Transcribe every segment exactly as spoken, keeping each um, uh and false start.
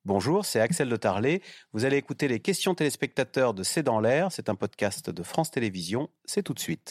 Bonjour, c'est Axel de Tarlet. Vous allez écouter les questions téléspectateurs de C'est dans l'air. C'est un podcast de France Télévisions. C'est tout de suite.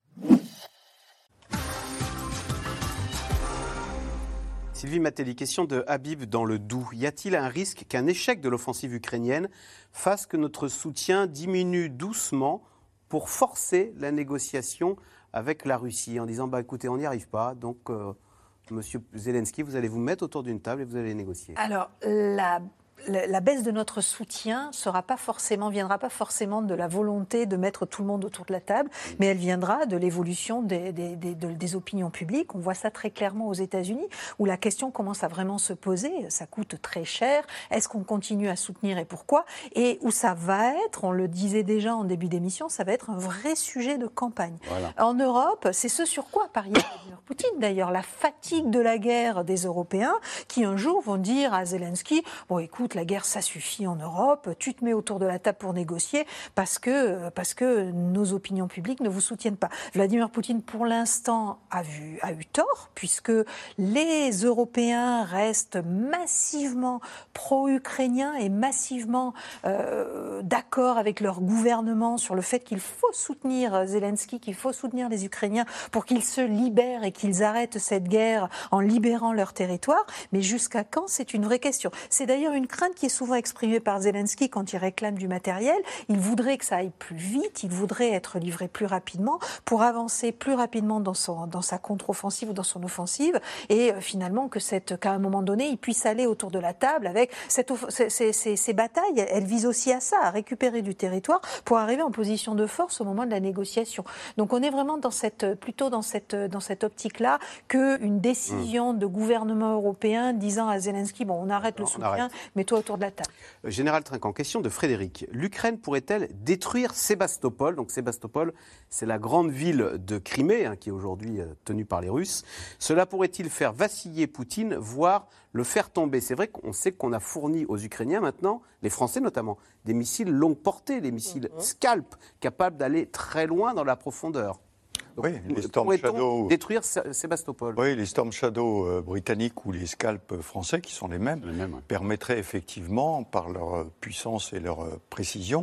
Sylvie Matelli, question de Habib dans le Doubs. Y a-t-il un risque qu'un échec de l'offensive ukrainienne fasse que notre soutien diminue doucement pour forcer la négociation avec la Russie en disant bah, « écoutez, on n'y arrive pas, donc euh, Monsieur Zelensky, vous allez vous mettre autour d'une table et vous allez négocier ». Alors, la... La baisse de notre soutien sera pas forcément, viendra pas forcément de la volonté de mettre tout le monde autour de la table, mais elle viendra de l'évolution des, des, des, des opinions publiques. On voit ça très clairement aux États-Unis, où la question commence à vraiment se poser. Ça coûte très cher. Est-ce qu'on continue à soutenir et pourquoi ? Et où ça va être, on le disait déjà en début d'émission, ça va être un vrai sujet de campagne. Voilà. En Europe, c'est ce sur quoi parie Vladimir Poutine d'ailleurs, la fatigue de la guerre des Européens, qui un jour vont dire à Zelensky, bon écoute, la guerre, ça suffit en Europe, tu te mets autour de la table pour négocier parce que, parce que nos opinions publiques ne vous soutiennent pas. Vladimir Poutine, pour l'instant, a, vu, a eu tort, puisque les Européens restent massivement pro-ukrainiens et massivement euh, d'accord avec leur gouvernement sur le fait qu'il faut soutenir Zelensky, qu'il faut soutenir les Ukrainiens pour qu'ils se libèrent et qu'ils arrêtent cette guerre en libérant leur territoire. Mais jusqu'à quand, c'est une vraie question. C'est d'ailleurs une crainte qui est souvent exprimée par Zelensky quand il réclame du matériel. Il voudrait que ça aille plus vite, il voudrait être livré plus rapidement pour avancer plus rapidement dans, son, dans sa contre-offensive ou dans son offensive et euh, finalement que cette, qu'à un moment donné, il puisse aller autour de la table avec cette, ces, ces, ces, ces batailles. Elles visent aussi à ça, à récupérer du territoire pour arriver en position de force au moment de la négociation. Donc on est vraiment dans cette, plutôt dans cette, dans cette optique-là qu'une décision de gouvernement européen disant à Zelensky, bon, on arrête le soutien, mais toi autour de la table. Général Trinquant, question de Frédéric. L'Ukraine pourrait-elle détruire Sébastopol ? Donc Sébastopol, c'est la grande ville de Crimée, hein, qui est aujourd'hui euh, tenue par les Russes. Cela pourrait-il faire vaciller Poutine, voire le faire tomber ? C'est vrai qu'on sait qu'on a fourni aux Ukrainiens maintenant, les Français notamment, des missiles longue portée, des missiles mmh. Scalp, capables d'aller très loin dans la profondeur. Donc, oui, les Storm Shadow détruire Sébastopol. Oui, les Storm Shadow euh, britanniques ou les Scalp français, qui sont les mêmes, les mêmes ouais. permettraient effectivement, par leur puissance et leur précision,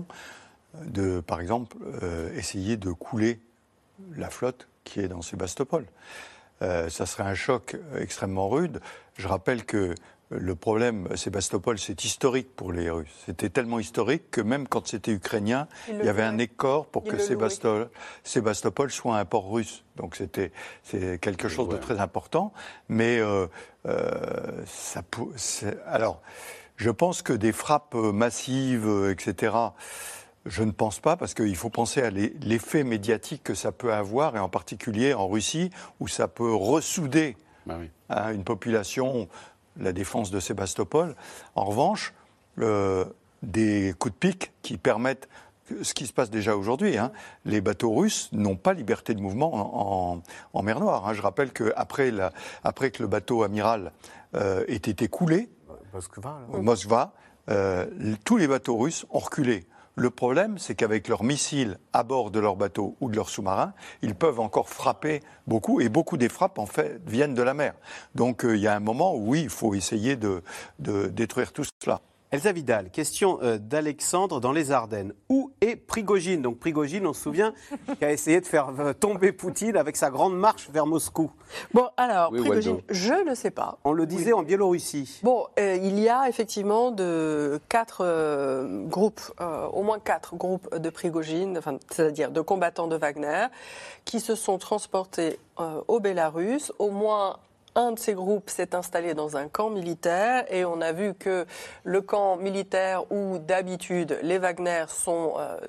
de, par exemple, euh, essayer de couler la flotte qui est dans Sébastopol. Euh, ça serait un choc extrêmement rude. Je rappelle que le problème, Sébastopol, c'est historique pour les Russes. C'était tellement historique que même quand c'était ukrainien, il, il y avait un accord pour il que Sébastopol, Sébastopol soit un port russe. Donc c'était c'est quelque chose ouais. de très important. Mais euh, euh, ça, c'est, alors, je pense que des frappes massives, et cetera, je ne pense pas, parce qu'il faut penser à l'effet médiatique que ça peut avoir, et en particulier en Russie, où ça peut ressouder bah oui. hein, une population... la défense de Sébastopol. En revanche, euh, des coups de pique qui permettent, ce qui se passe déjà aujourd'hui, hein, les bateaux russes n'ont pas liberté de mouvement en, en, en mer Noire. Hein. Je rappelle qu'après après que le bateau amiral euh, ait été coulé, Moskva, Moskva euh, tous les bateaux russes ont reculé. Le problème, c'est qu'avec leurs missiles à bord de leurs bateaux ou de leurs sous-marins, ils peuvent encore frapper beaucoup, et beaucoup des frappes, en fait, viennent de la mer. Donc, euh, il y a un moment où, oui, il faut essayer de, de détruire tout cela. Elsa Vidal, question euh, d'Alexandre dans les Ardennes. Où est Prigojine ? Donc Prigojine, on se souvient, qui a essayé de faire euh, tomber Poutine avec sa grande marche vers Moscou. Bon, alors, oui, Prigojine, je ne sais pas. On le disait oui. en Biélorussie. Bon, euh, il y a effectivement de quatre euh, groupes, euh, au moins quatre groupes de Prigojine, enfin, c'est-à-dire de combattants de Wagner, qui se sont transportés euh, au Bélarus, au moins. Un de ces groupes s'est installé dans un camp militaire et on a vu que le camp militaire où d'habitude les Wagner sont euh,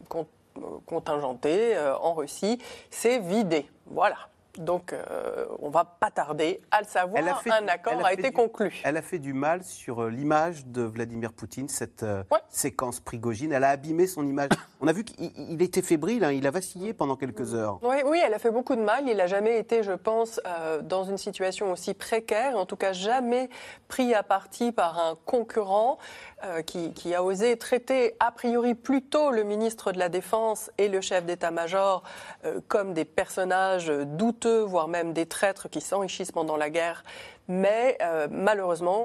contingentés euh, en Russie s'est vidé. Voilà. Donc, euh, on ne va pas tarder à le savoir. Fait, un accord a, a été du, conclu. Elle a fait du mal sur l'image de Vladimir Poutine, cette euh, ouais. séquence Prigojine. Elle a abîmé son image. On a vu qu'il était fébrile, hein, il a vacillé pendant quelques heures. Oui, oui, elle a fait beaucoup de mal. Il n'a jamais été, je pense, euh, dans une situation aussi précaire, en tout cas jamais pris à partie par un concurrent euh, qui, qui a osé traiter a priori plutôt le ministre de la Défense et le chef d'état-major euh, comme des personnages douteux, voire même des traîtres qui s'enrichissent pendant la guerre. Mais euh, malheureusement,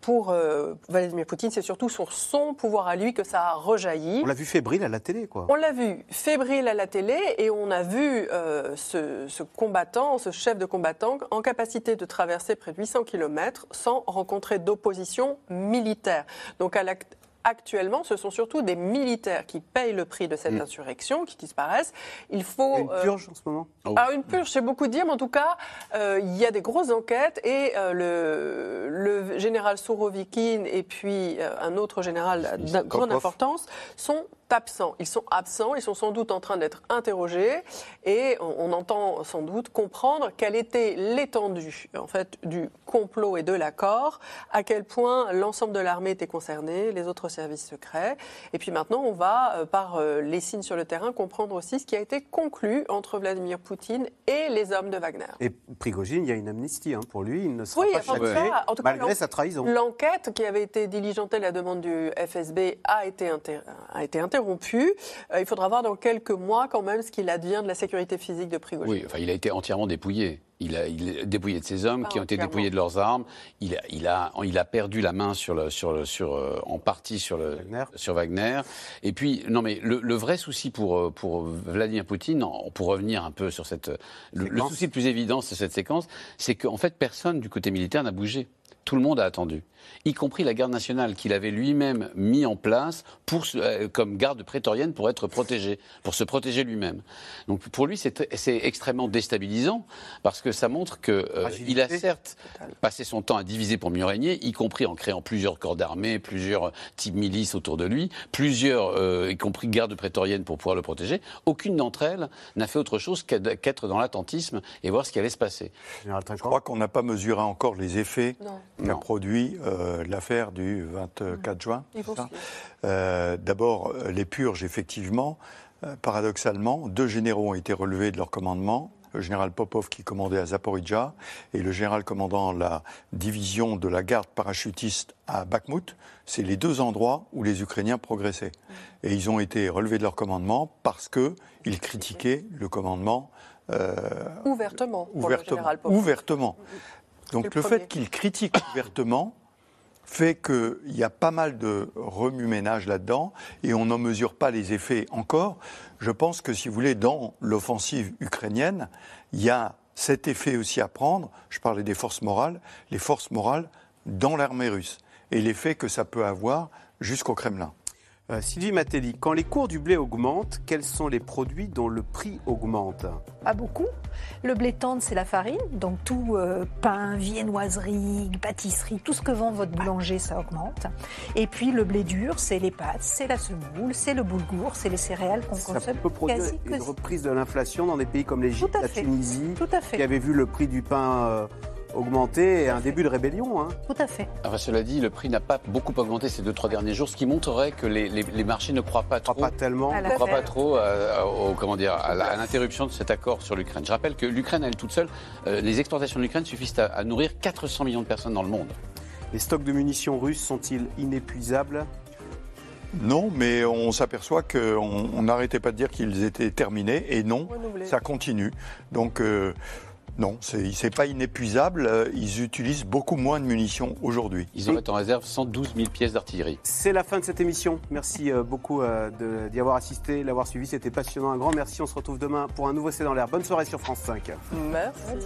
pour euh, Vladimir Poutine, c'est surtout sur son pouvoir à lui que ça a rejailli. On l'a vu fébrile à la télé, quoi. On l'a vu fébrile à la télé et on a vu euh, ce, ce combattant, ce chef de combattant, en capacité de traverser près de huit cents kilomètres sans rencontrer d'opposition militaire. Donc à la Actuellement, ce sont surtout des militaires qui payent le prix de cette mmh. insurrection, qui disparaissent. Il faut... Il y a une purge euh... en ce moment oh. Alors une purge, c'est beaucoup dire, mais en tout cas, euh, il y a des grosses enquêtes et euh, le, le général Sourovikine et puis euh, un autre général de grande importance sont absents. Ils sont absents, ils sont sans doute en train d'être interrogés et on, on entend sans doute comprendre quelle était l'étendue en fait, du complot et de l'accord, à quel point l'ensemble de l'armée était concerné, les autres services secrets. Et puis maintenant, on va, euh, par euh, les signes sur le terrain, comprendre aussi ce qui a été conclu entre Vladimir Poutine et les hommes de Wagner. Et Prigojine, il y a une amnistie hein, pour lui, il ne sera oui, pas châtié, en tout cas, malgré sa trahison. L'enquête qui avait été diligentée à la demande du F S B a été, inter... a été interrompue. Euh, il faudra voir dans quelques mois quand même ce qu'il advient de la sécurité physique de Prigojine. Oui, enfin, il a été entièrement dépouillé. Il a, il a dépouillé de ses hommes, ah, qui ont été dépouillés de leurs armes. Il a, il a, il a perdu la main sur le, sur le, sur, euh, en partie sur, le, Wagner. sur Wagner. Et puis, non mais le, le vrai souci pour, pour Vladimir Poutine, pour revenir un peu sur cette... Le, le souci le plus évident de cette séquence, c'est qu'en fait, personne du côté militaire n'a bougé. Tout le monde a attendu, y compris la garde nationale qu'il avait lui-même mis en place pour, euh, comme garde prétorienne pour être protégé, pour se protéger lui-même. Donc pour lui, c'est, c'est extrêmement déstabilisant parce que ça montre qu'il euh, a certes passé son temps à diviser pour mieux régner, y compris en créant plusieurs corps d'armée, plusieurs types milices autour de lui, plusieurs, euh, y compris gardes prétoriennes pour pouvoir le protéger. Aucune d'entre elles n'a fait autre chose qu'être dans l'attentisme et voir ce qui allait se passer. Je crois qu'on n'a pas mesuré encore les effets non. qu'a non. produit euh, l'affaire du vingt-quatre juin. Euh, d'abord, les purges, effectivement, euh, paradoxalement, deux généraux ont été relevés de leur commandement. Le général Popov qui commandait à Zaporijjia et le général commandant la division de la garde parachutiste à Bakhmout. C'est les deux endroits où les Ukrainiens progressaient. Et ils ont été relevés de leur commandement parce qu'ils critiquaient le commandement... Euh, ouvertement, pour ouvertement, le général Popov. Ouvertement. Donc le, le fait qu'il critique ouvertement fait qu'il y a pas mal de remue-ménage là-dedans et on n'en mesure pas les effets encore. Je pense que, si vous voulez, dans l'offensive ukrainienne, il y a cet effet aussi à prendre. Je parlais des forces morales, les forces morales dans l'armée russe et l'effet que ça peut avoir jusqu'au Kremlin. Euh, Sylvie Matelli, quand les cours du blé augmentent, quels sont les produits dont le prix augmente ? Pas beaucoup. Le blé tendre, c'est la farine, donc tout euh, pain, viennoiserie, pâtisserie, tout ce que vend votre boulanger, ça augmente. Et puis le blé dur, c'est les pâtes, c'est la semoule, c'est le boulgour, c'est les céréales qu'on ça consomme. Ça peut produire quasi une que... reprise de l'inflation dans des pays comme l'Égypte, la fait. Tunisie, tout à fait. qui avait vu le prix du pain... Euh... augmenté et un début de rébellion. Hein. Tout à fait. Enfin, cela dit, le prix n'a pas beaucoup augmenté ces deux, trois derniers jours, ce qui montrerait que les, les, les marchés ne croient pas trop, pas tellement. ne croient pas trop à, à, au, comment dire, à, la, à l'interruption de cet accord sur l'Ukraine. Je rappelle que l'Ukraine, elle toute seule, euh, les exportations de l'Ukraine suffisent à, à nourrir quatre cents millions de personnes dans le monde. Les stocks de munitions russes sont-ils inépuisables ? Non, mais on s'aperçoit qu'on n'arrêtait pas de dire qu'ils étaient terminés, et non, ça continue. Donc... Euh, Non, c'est, c'est pas inépuisable. Ils utilisent beaucoup moins de munitions aujourd'hui. Ils auraient en réserve cent douze mille pièces d'artillerie. C'est la fin de cette émission. Merci beaucoup de, d'y avoir assisté, l'avoir suivi. C'était passionnant. Un grand merci. On se retrouve demain pour un nouveau C'est dans l'air. Bonne soirée sur France cinq. Merci.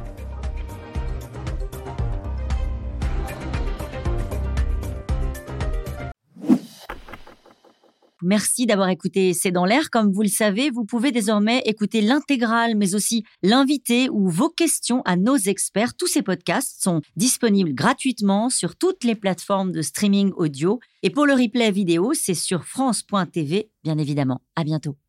Merci d'avoir écouté C'est dans l'air. Comme vous le savez, vous pouvez désormais écouter l'intégrale, mais aussi l'invité ou vos questions à nos experts. Tous ces podcasts sont disponibles gratuitement sur toutes les plateformes de streaming audio. Et pour le replay vidéo, c'est sur France point T V, bien évidemment. À bientôt.